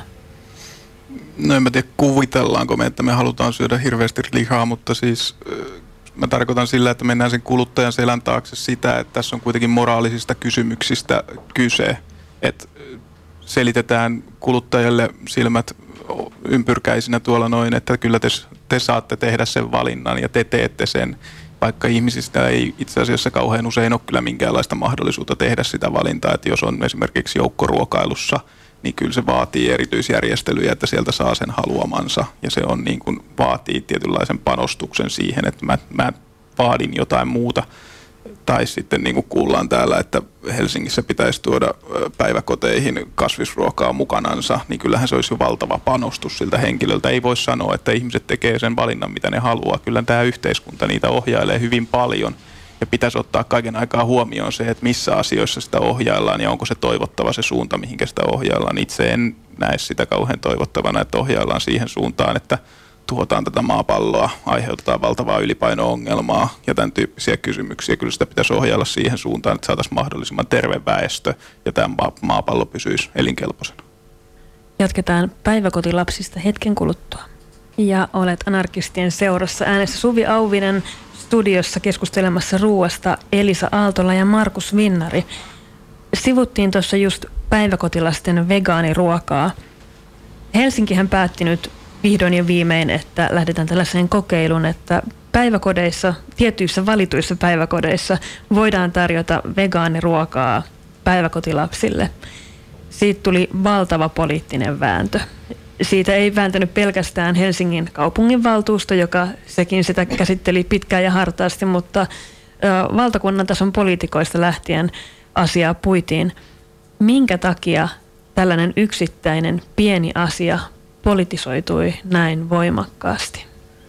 No en mä tiedä, kuvitellaanko me, että me halutaan syödä hirveästi lihaa, mutta siis... Mä tarkoitan sillä, että mennään sen kuluttajan selän taakse sitä, että tässä on kuitenkin moraalisista kysymyksistä kyse. Että selitetään kuluttajalle silmät ympyrkäisinä tuolla noin, että kyllä te saatte tehdä sen valinnan ja te teette sen. Vaikka ihmisistä ei itse asiassa kauhean usein ole kyllä minkäänlaista mahdollisuutta tehdä sitä valintaa. Että jos on esimerkiksi joukkoruokailussa, niin kyllä se vaatii erityisjärjestelyjä, että sieltä saa sen haluamansa. Ja se on niin kuin vaatii tietynlaisen panostuksen siihen, että mä vaadin jotain muuta. Tai sitten niin kuin kuullaan täällä, että Helsingissä pitäisi tuoda päiväkoteihin kasvisruokaa mukanansa, niin kyllähän se olisi jo valtava panostus siltä henkilöltä. Ei voi sanoa, että ihmiset tekee sen valinnan, mitä ne haluaa. Kyllä tämä yhteiskunta niitä ohjailee hyvin paljon. Ja pitäisi ottaa kaiken aikaa huomioon se, että missä asioissa sitä ohjaillaan ja onko se toivottava se suunta, mihinkä sitä ohjaillaan. Itse en näe sitä kauhean toivottavana, että ohjaillaan siihen suuntaan, että tuhotaan tätä maapalloa, aiheutetaan valtavaa ylipaino-ongelmaa ja tämän tyyppisiä kysymyksiä. Kyllä sitä pitäisi ohjailla siihen suuntaan, että saataisiin mahdollisimman terve väestö ja tämä maapallo pysyisi elinkelpoisena. Jatketaan päiväkotilapsista hetken kuluttua. Ja olet Anarkistien seurassa äänessä Suvi Auvinen, studiossa keskustelemassa ruuasta Elisa Aaltola ja Markus Vinnari. Sivuttiin tuossa just päiväkotilasten vegaaniruokaa. Helsinkihän päätti nyt vihdoin ja viimein, että lähdetään tällaiseen kokeiluun, että päiväkodeissa, tietyissä valituissa päiväkodeissa voidaan tarjota vegaaniruokaa päiväkotilapsille. Siitä tuli valtava poliittinen vääntö. Siitä ei vääntänyt pelkästään Helsingin kaupunginvaltuusto, joka sekin sitä käsitteli pitkään ja hartaasti, mutta valtakunnan tason poliitikoista lähtien asiaa puitiin. Minkä takia tällainen yksittäinen pieni asia politisoitui näin voimakkaasti?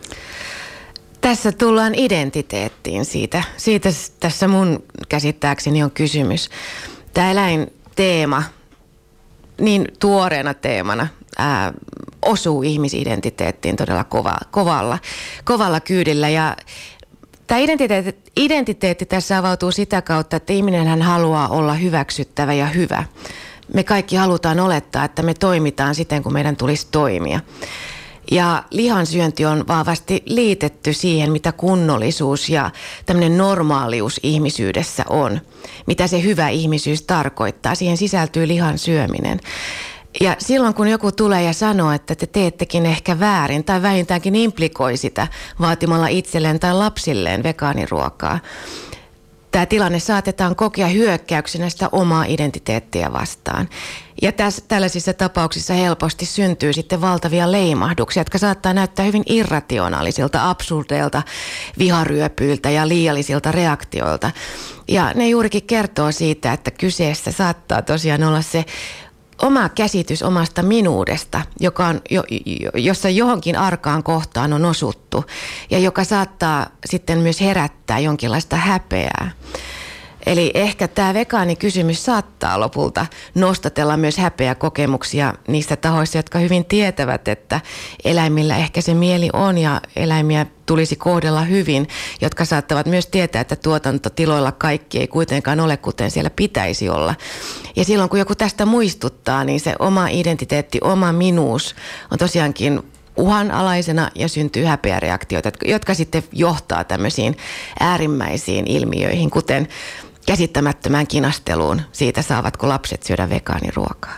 Tässä tullaan identiteettiin siitä. Siitä tässä mun käsittääkseni on kysymys. Tämä eläinteema, niin tuoreena teemana, osuu ihmisidentiteettiin todella kovalla kyydillä. Ja tämä identiteetti tässä avautuu sitä kautta, että ihminenhän haluaa olla hyväksyttävä ja hyvä. Me kaikki halutaan olettaa, että me toimitaan siten, kun meidän tulisi toimia. Ja lihansyönti on vahvasti liitetty siihen, mitä kunnollisuus ja tämmöinen normaalius ihmisyydessä on. Mitä se hyvä ihmisyys tarkoittaa. Siihen sisältyy lihan syöminen. Ja silloin, kun joku tulee ja sanoo, että te teettekin ehkä väärin tai vähintäänkin implikoi sitä vaatimalla itselleen tai lapsilleen vegaaniruokaa, tämä tilanne saatetaan kokea hyökkäyksenä sitä omaa identiteettiä vastaan. Ja tällaisissa tapauksissa helposti syntyy sitten valtavia leimahduksia, jotka saattaa näyttää hyvin irrationaalisilta, absurdeilta, viharyöpyiltä ja liiallisilta reaktioilta. Ja ne juurikin kertoo siitä, että kyseessä saattaa tosiaan olla se oma käsitys omasta minuudesta, joka on jossa johonkin arkaan kohtaan on osuttu ja joka saattaa sitten myös herättää jonkinlaista häpeää. Eli ehkä tämä vegaanikysymys saattaa lopulta nostatella myös häpeäkokemuksia niistä tahoista, jotka hyvin tietävät, että eläimillä ehkä se mieli on ja eläimiä tulisi kohdella hyvin, jotka saattavat myös tietää, että tuotantotiloilla kaikki ei kuitenkaan ole, kuten siellä pitäisi olla. Ja silloin, kun joku tästä muistuttaa, niin se oma identiteetti, oma minuus on tosiaankin uhanalaisena ja syntyy häpeäreaktioita, jotka sitten johtaa tämmöisiin äärimmäisiin ilmiöihin, kuten käsittämättömään kinasteluun siitä, saavatko lapset syödä vegaaniruokaa.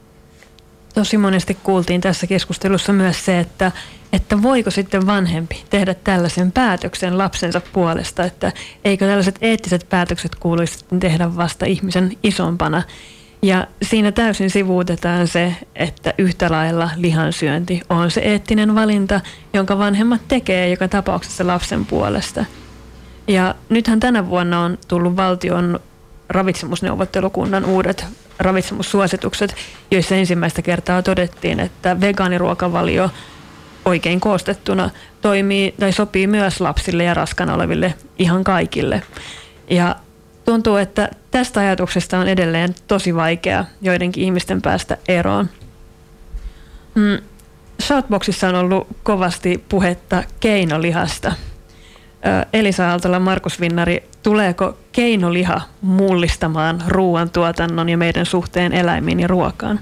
Tosi monesti kuultiin tässä keskustelussa myös se, että voiko sitten vanhempi tehdä tällaisen päätöksen lapsensa puolesta, että eikö tällaiset eettiset päätökset kuuluisi tehdä vasta ihmisen isompana. Ja siinä täysin sivuutetaan se, että yhtä lailla lihansyönti on se eettinen valinta, jonka vanhemmat tekee joka tapauksessa lapsen puolesta. Ja nythän tänä vuonna on tullut valtion ravitsemusneuvottelukunnan uudet ravitsemussuositukset, joissa ensimmäistä kertaa todettiin, että vegaaniruokavalio oikein koostettuna toimii tai sopii myös lapsille ja raskaana oleville ihan kaikille. Ja tuntuu, että tästä ajatuksesta on edelleen tosi vaikea joidenkin ihmisten päästä eroon. Shoutboxissa on ollut kovasti puhetta keinolihasta. Elisa Aaltola, Markus Vinnari, tuleeko keinoliha mullistamaan ruoantuotannon ja meidän suhteen eläimiin ja ruokaan?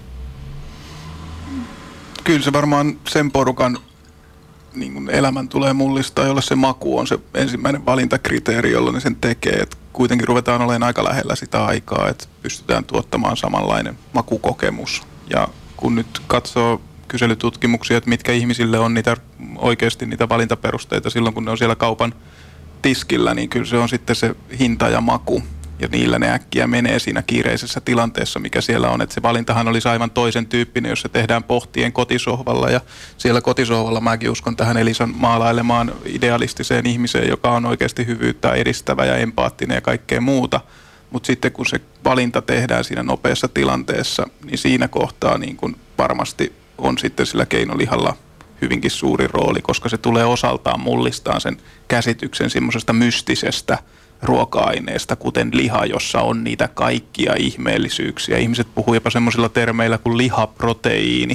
Kyllä se varmaan sen porukan niin kuin elämän tulee mullistaa, jolle se maku on se ensimmäinen valintakriteeri, jolla ne sen tekee. Et kuitenkin ruvetaan olemaan aika lähellä sitä aikaa, että pystytään tuottamaan samanlainen makukokemus. Ja kun nyt katsoo kyselytutkimuksia, että mitkä ihmisille on oikeasti niitä valintaperusteita silloin, kun ne on siellä kaupan tiskillä, niin kyllä se on sitten se hinta ja maku. Ja niillä ne äkkiä menee siinä kiireisessä tilanteessa, mikä siellä on. Että se valintahan olisi aivan toisen tyyppinen, jos se tehdään pohtien kotisohvalla. Ja siellä kotisohvalla mäkin uskon tähän Elisan maalailemaan idealistiseen ihmiseen, joka on oikeasti hyvyyttä edistävä ja empaattinen ja kaikkea muuta. Mutta sitten kun se valinta tehdään siinä nopeassa tilanteessa, niin siinä kohtaa niin kun varmasti on sitten sillä keinolihalla hyvinkin suuri rooli, koska se tulee osaltaan mullistaan sen käsityksen semmoisesta mystisestä ruoka-aineesta, kuten liha, jossa on niitä kaikkia ihmeellisyyksiä. Ihmiset puhuu jopa semmoisilla termeillä kuin lihaproteiini,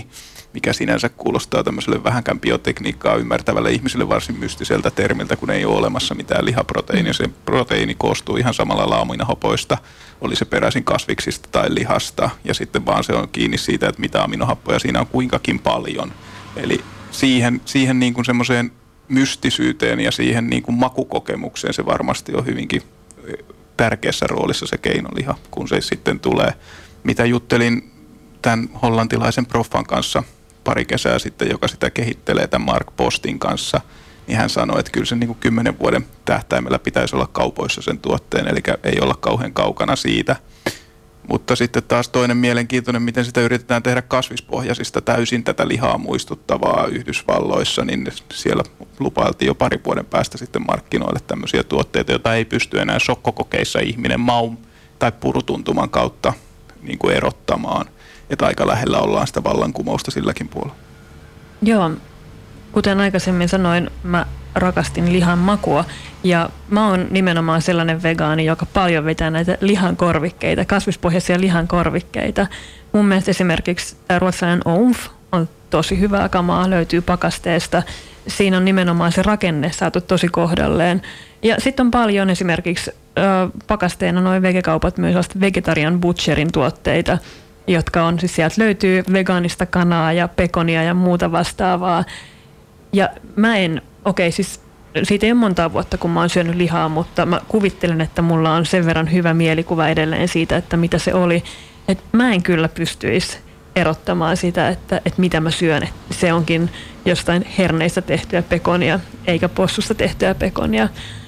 mikä sinänsä kuulostaa tämmöiselle vähänkään biotekniikkaa ymmärtävälle ihmiselle varsin mystiseltä termiltä, kun ei ole olemassa mitään lihaproteiinia. Se proteiini koostuu ihan samalla lailla aminohapoista, oli se peräisin kasviksista tai lihasta, ja sitten vaan se on kiinni siitä, että mitä aminohappoja siinä on kuinkakin paljon. Eli siihen niin kuin semmoiseen mystisyyteen ja siihen niin kuin makukokemukseen se varmasti on hyvinkin tärkeässä roolissa se keinoliha, kun se sitten tulee. Mitä juttelin tämän hollantilaisen proffan kanssa pari kesää sitten, joka sitä kehittelee, tämän Mark Postin kanssa, niin hän sanoi, että kyllä se niin kuin 10 vuoden tähtäimellä pitäisi olla kaupoissa sen tuotteen, eli ei olla kauhean kaukana siitä. Mutta sitten taas toinen mielenkiintoinen, miten sitä yritetään tehdä kasvispohjaisista täysin tätä lihaa muistuttavaa Yhdysvalloissa, niin siellä lupailtiin jo 2 vuoden päästä sitten markkinoille tämmöisiä tuotteita, joita ei pysty enää shokkokokeissa ihminen maun tai purutuntuman kautta niin kuin erottamaan. Että aika lähellä ollaan sitä vallankumousta silläkin puolella. Joo, kuten aikaisemmin sanoin, mä rakastin lihan makua ja mä oon nimenomaan sellainen vegaani, joka paljon vetää näitä lihankorvikkeita, kasvispohjaisia lihankorvikkeita. Mun mielestä esimerkiksi tämä ruotsalainen OMF on tosi hyvää kamaa, löytyy pakasteesta. Siinä on nimenomaan se rakenne saatu tosi kohdalleen. Ja sitten on paljon esimerkiksi pakasteena noin vegekaupat myös vegetarian butcherin tuotteita, jotka on siis sieltä löytyy vegaanista kanaa ja pekonia ja muuta vastaavaa. Ja mä en, siis siitä ei ole montaa vuotta, kun mä oon syönyt lihaa, mutta mä kuvittelen, että mulla on sen verran hyvä mielikuva edelleen siitä, että mitä se oli. Että mä en kyllä pystyisi erottamaan sitä, että mitä mä syön. Että se onkin jostain herneistä tehtyä pekonia, eikä possusta tehtyä pekonia.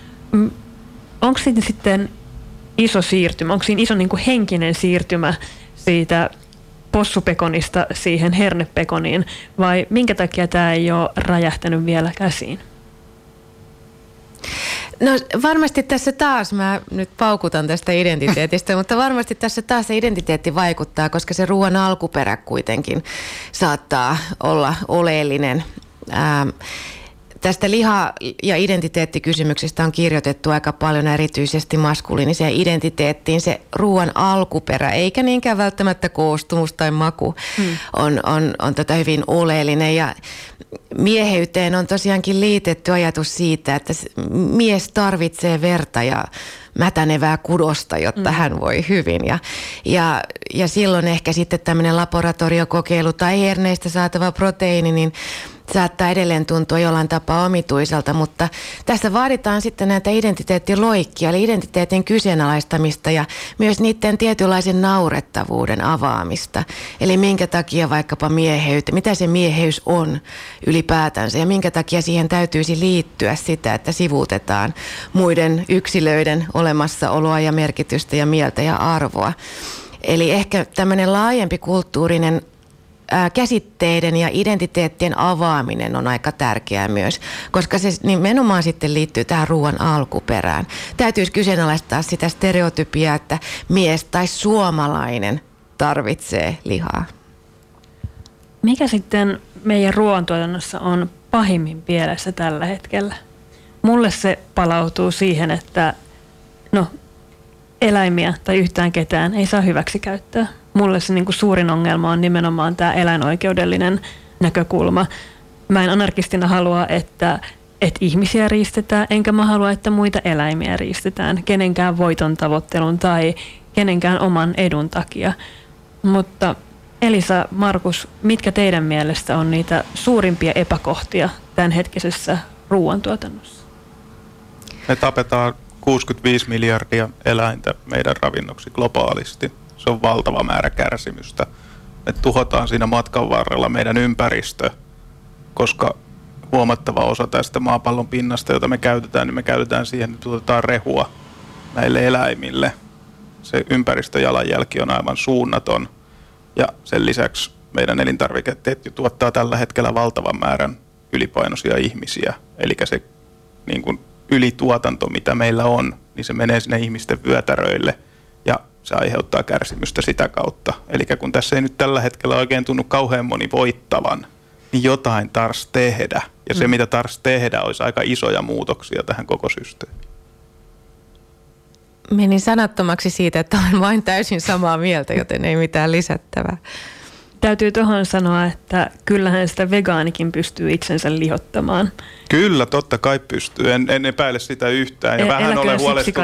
Onko siinä sitten iso siirtymä, onko siinä iso niin kuin henkinen siirtymä siitä possupekonista siihen hernepekoniin, vai minkä takia tämä ei ole räjähtänyt vielä käsiin? No varmasti tässä taas, mä nyt paukutan tästä identiteetistä, mutta varmasti tässä taas se identiteetti vaikuttaa, koska se ruoan alkuperä kuitenkin saattaa olla oleellinen. Tästä liha- ja identiteettikysymyksistä on kirjoitettu aika paljon erityisesti maskuliiniseen identiteettiin. Se ruoan alkuperä, eikä niinkään välttämättä koostumus tai maku, on tätä hyvin oleellinen. Ja mieheyteen on tosiaankin liitetty ajatus siitä, että mies tarvitsee verta ja mätänevää kudosta, jotta hän voi hyvin. Ja silloin ehkä sitten tämmöinen laboratoriokokeilu tai herneistä saatava proteiini, niin saattaa edelleen tuntua jollain tapaa omituiselta, mutta tässä vaaditaan sitten näitä identiteettiloikkia, eli identiteetin kyseenalaistamista ja myös niiden tietynlaisen naurettavuuden avaamista. Eli minkä takia vaikkapa mieheyttä, mitä se mieheys on ylipäätänsä ja minkä takia siihen täytyisi liittyä sitä, että sivuutetaan muiden yksilöiden olemassaoloa ja merkitystä ja mieltä ja arvoa. Eli ehkä tämmöinen laajempi kulttuurinen käsitteiden ja identiteettien avaaminen on aika tärkeää myös, koska se nimenomaan sitten liittyy tähän ruoan alkuperään. Täytyisi kyseenalaistaa sitä stereotypiaa, että mies tai suomalainen tarvitsee lihaa. Mikä sitten meidän ruoantuotannossa on pahimmin pielessä tällä hetkellä? Mulle se palautuu siihen, että eläimiä tai yhtään ketään ei saa hyväksi käyttää. Mulle se niin kuin suurin ongelma on nimenomaan tämä eläinoikeudellinen näkökulma. Mä en anarkistina halua, että ihmisiä riistetään, enkä mä halua, että muita eläimiä riistetään kenenkään voiton tavoittelun tai kenenkään oman edun takia. Mutta Elisa, Markus, mitkä teidän mielestä on niitä suurimpia epäkohtia tämänhetkisessä ruoantuotannossa? Me tapetaan 65 miljardia eläintä meidän ravinnoksi globaalisti. Se on valtava määrä kärsimystä. Me tuhotaan siinä matkan varrella meidän ympäristö, koska huomattava osa tästä maapallon pinnasta, jota me käytetään, niin me käytetään siihen, että tuotetaan rehua näille eläimille. Se ympäristöjalanjälki on aivan suunnaton. Ja sen lisäksi meidän elintarvikeketju tuottaa tällä hetkellä valtavan määrän ylipainoisia ihmisiä. Eli se niin kuin ylituotanto, mitä meillä on, niin se menee sinne ihmisten vyötäröille ja se aiheuttaa kärsimystä sitä kautta. Eli kun tässä ei nyt tällä hetkellä oikein tunnu kauhean moni voittavan, niin jotain tarvitsisi tehdä. Ja se, mitä tarvitsisi tehdä, olisi aika isoja muutoksia tähän koko systeemiin. Menin sanattomaksi siitä, että olen vain täysin samaa mieltä, joten ei mitään lisättävää. Täytyy tuohon sanoa, että kyllähän sitä vegaanikin pystyy itsensä lihottamaan. Kyllä, totta kai pystyy. En epäile sitä yhtään. Ja vähän olen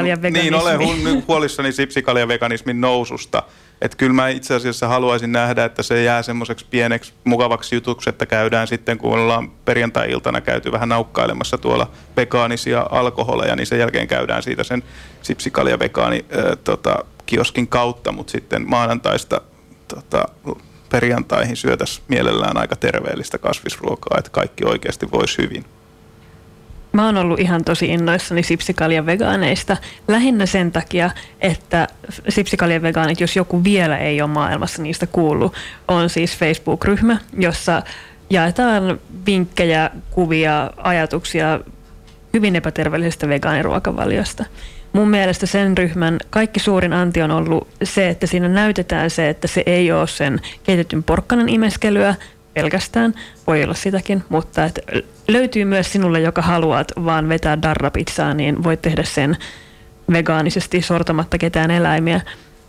huolissani sipsikaljaveganismin noususta. Että kyllä mä itse asiassa haluaisin nähdä, että se jää semmoiseksi pieneksi mukavaksi jutuksi, että käydään sitten, kun ollaan perjantai-iltana käyty vähän naukkailemassa tuolla vegaanisia alkoholeja, niin sen jälkeen käydään siitä sen sipsikaljavegaani kioskin kautta, mutta sitten maanantaista perjantaihin syötäisiin mielellään aika terveellistä kasvisruokaa, että kaikki oikeasti voisi hyvin. Mä oon ollut ihan tosi innoissani sipsikaljaveganeista. Lähinnä sen takia, että sipsikaljavegaanit, jos joku vielä ei ole maailmassa niistä kuullut, on siis Facebook-ryhmä, jossa jaetaan vinkkejä, kuvia, ajatuksia hyvin epäterveellisestä vegaaniruokavaliosta. Mun mielestä sen ryhmän kaikki suurin anti on ollut se, että siinä näytetään se, että se ei ole sen keitetyn porkkanan imeskelyä pelkästään, voi olla sitäkin, mutta että löytyy myös sinulle, joka haluat vaan vetää darrapizzaa, niin voit tehdä sen vegaanisesti sortamatta ketään eläimiä.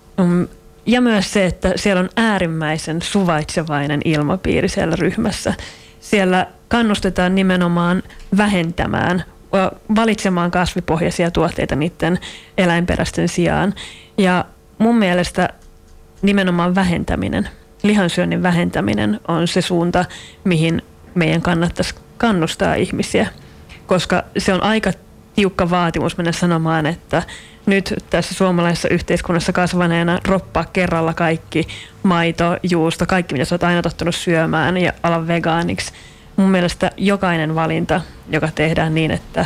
Ja myös se, että siellä on äärimmäisen suvaitsevainen ilmapiiri siellä ryhmässä. Siellä kannustetaan nimenomaan vähentämään, valitsemaan kasvipohjaisia tuotteita niiden eläinperäisten sijaan. Ja mun mielestä nimenomaan vähentäminen, lihansyönnin vähentäminen on se suunta, mihin meidän kannattaisi kannustaa ihmisiä, koska se on aika tiukka vaatimus mennä sanomaan, että nyt tässä suomalaisessa yhteiskunnassa kasvaneena roppaa kerralla kaikki maito, juusto, kaikki mitä sä oot aina tottunut syömään ja ala vegaaniksi. Mun mielestä jokainen valinta, joka tehdään niin, että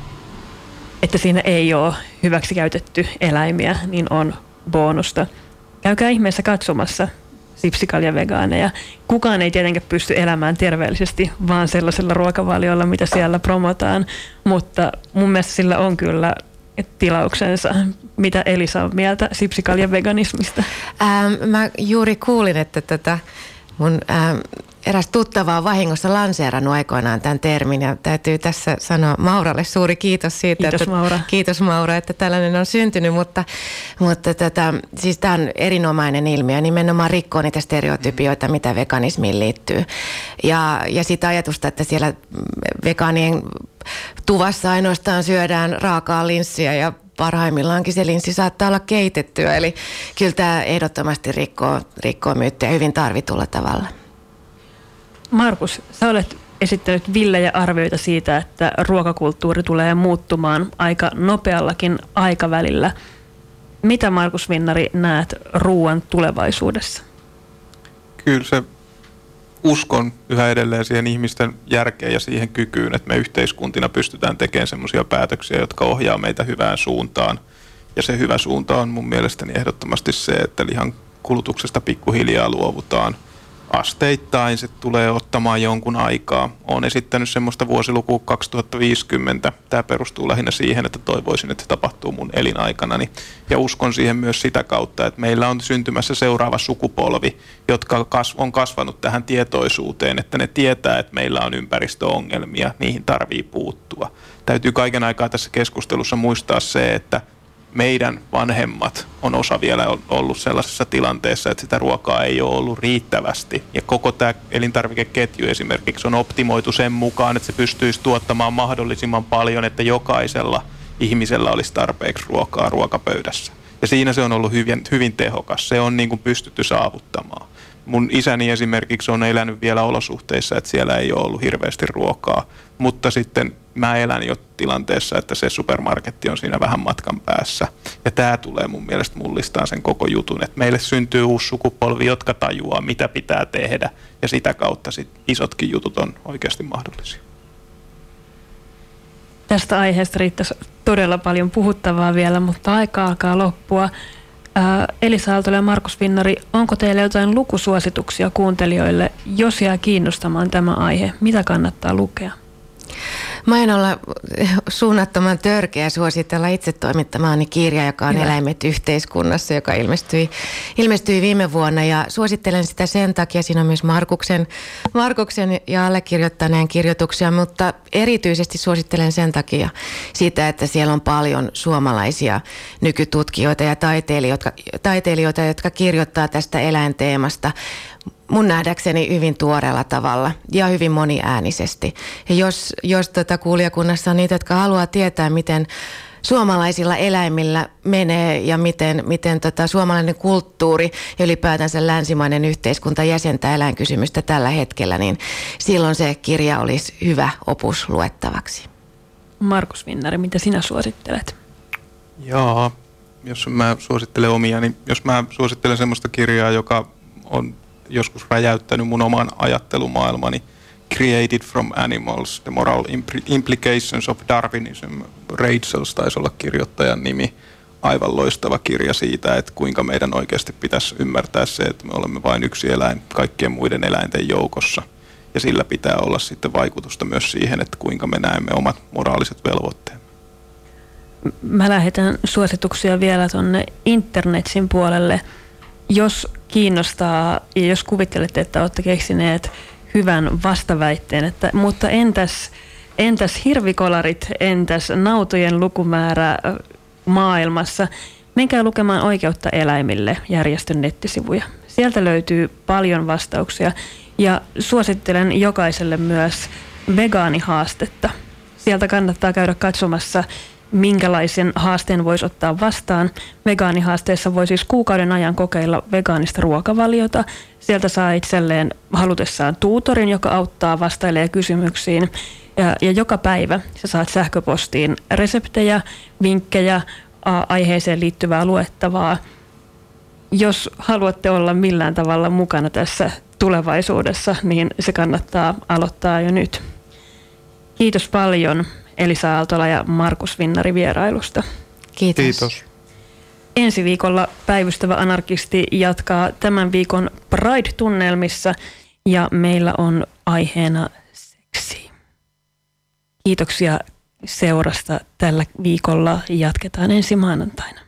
siinä ei ole hyväksi käytetty eläimiä, niin on bonusta. Käykää ihmeessä katsomassa sipsikaljaveganeja. Kukaan ei tietenkään pysty elämään terveellisesti vaan sellaisella ruokavaliolla, mitä siellä promotaan, mutta mun mielestä sillä on kyllä tilauksensa. Mitä Elisa on mieltä sipsikaljaveganismista? Mä juuri kuulin, että mun eräs tuttava on vahingossa lanseerannut aikoinaan tämän termin ja täytyy tässä sanoa Mauralle suuri kiitos siitä. Kiitos Maura. Kiitos Maura, että tällainen on syntynyt, mutta siis tämä on erinomainen ilmiö, nimenomaan rikkoo niitä stereotypioita, mitä veganismiin liittyy. Ja sitä ajatusta, että siellä vegaanien tuvassa ainoastaan syödään raakaa linssiä ja parhaimmillaankin se linssi saattaa olla keitettyä, eli kyllä tämä ehdottomasti rikkoo myyttiä hyvin tarvitulla tavalla. Markus, sä olet esittänyt villejä arvioita siitä, että ruokakulttuuri tulee muuttumaan aika nopeallakin aikavälillä. Mitä Markus Vinnari näet ruoan tulevaisuudessa? Kyllä se uskon yhä edelleen siihen ihmisten järkeen ja siihen kykyyn, että me yhteiskuntina pystytään tekemään semmoisia päätöksiä, jotka ohjaa meitä hyvään suuntaan. Ja se hyvä suunta on mun mielestäni ehdottomasti se, että lihan kulutuksesta pikkuhiljaa luovutaan. Asteittain se tulee ottamaan jonkun aikaa. Olen esittänyt semmoista vuosilukua 2050. Tämä perustuu lähinnä siihen, että toivoisin, että se tapahtuu mun elinaikanani. Ja uskon siihen myös sitä kautta, että meillä on syntymässä seuraava sukupolvi, jotka on kasvanut tähän tietoisuuteen, että ne tietää, että meillä on ympäristöongelmia, niihin tarvii puuttua. Täytyy kaiken aikaa tässä keskustelussa muistaa se, että meidän vanhemmat on osa vielä ollut sellaisessa tilanteessa, että sitä ruokaa ei ole ollut riittävästi. Ja koko tämä elintarvikeketju esimerkiksi on optimoitu sen mukaan, että se pystyisi tuottamaan mahdollisimman paljon, että jokaisella ihmisellä olisi tarpeeksi ruokaa ruokapöydässä. Ja siinä se on ollut hyvin tehokas. Se on niin kuin pystytty saavuttamaan. Mun isäni esimerkiksi on elänyt vielä olosuhteissa, että siellä ei ole ollut hirveästi ruokaa, mutta sitten mä elän jo tilanteessa, että se supermarketti on siinä vähän matkan päässä. Ja tämä tulee mun mielestä mullistaa sen koko jutun, että meille syntyy uusi sukupolvi, jotka tajuaa, mitä pitää tehdä, ja sitä kautta sit isotkin jutut on oikeasti mahdollisia. Tästä aiheesta riittäisi todella paljon puhuttavaa vielä, mutta aika alkaa loppua. Elisa Aaltola ja Markus Vinnari, onko teillä jotain lukusuosituksia kuuntelijoille, jos jää kiinnostamaan tämä aihe? Mitä kannattaa lukea? Mä en olla suunnattoman törkeä suositella itse toimittamaani kirja, joka on Eläimet yhteiskunnassa, joka ilmestyi viime vuonna. Ja suosittelen sitä sen takia, siinä on myös Markuksen ja allekirjoittaneen kirjoituksia, mutta erityisesti suosittelen sen takia sitä, että siellä on paljon suomalaisia nykytutkijoita ja taiteilijoita, jotka kirjoittaa tästä eläinteemasta mun nähdäkseni hyvin tuoreella tavalla ja hyvin moniäänisesti. Ja jos kuulijakunnassa on niitä, jotka haluaa tietää, miten suomalaisilla eläimillä menee ja miten suomalainen kulttuuri ja ylipäätänsä länsimainen yhteiskunta jäsentää eläinkysymystä tällä hetkellä, niin silloin se kirja olisi hyvä opus luettavaksi. Markus Vinnari, mitä sinä suosittelet? Jaa, jos mä suosittelen omia, niin jos mä suosittelen semmoista kirjaa, joka on joskus räjäyttänyt mun oman ajattelumaailmani, Created from Animals, The Moral Implications of Darwinism. Rachels taisi olla kirjoittajan nimi. Aivan loistava kirja siitä, että kuinka meidän oikeasti pitäisi ymmärtää se, että me olemme vain yksi eläin kaikkien muiden eläinten joukossa. Ja sillä pitää olla sitten vaikutusta myös siihen, että kuinka me näemme omat moraaliset velvoitteemme. Mä lähetän suosituksia vielä tuonne internetin puolelle. Jos kiinnostaa ja jos kuvittelette, että olette keksineet hyvän vastaväitteen, mutta entäs hirvikolarit, entäs nautojen lukumäärä maailmassa? Menkää lukemaan Oikeutta eläimille -järjestön nettisivuja. Sieltä löytyy paljon vastauksia ja suosittelen jokaiselle myös vegaanihaastetta. Sieltä kannattaa käydä katsomassa, minkälaisen haasteen voisi ottaa vastaan. Vegaanihaasteessa voi siis kuukauden ajan kokeilla vegaanista ruokavaliota. Sieltä saa itselleen halutessaan tuutorin, joka auttaa vastailee kysymyksiin. Ja joka päivä sä saat sähköpostiin reseptejä, vinkkejä, aiheeseen liittyvää luettavaa. Jos haluatte olla millään tavalla mukana tässä tulevaisuudessa, niin se kannattaa aloittaa jo nyt. Kiitos paljon Elisa Aaltola ja Markus Vinnari vierailusta. Kiitos. Kiitos. Ensi viikolla Päivystävä anarkisti jatkaa tämän viikon Pride-tunnelmissa ja meillä on aiheena seksi. Kiitoksia seurasta tällä viikolla. Jatketaan ensi maanantaina.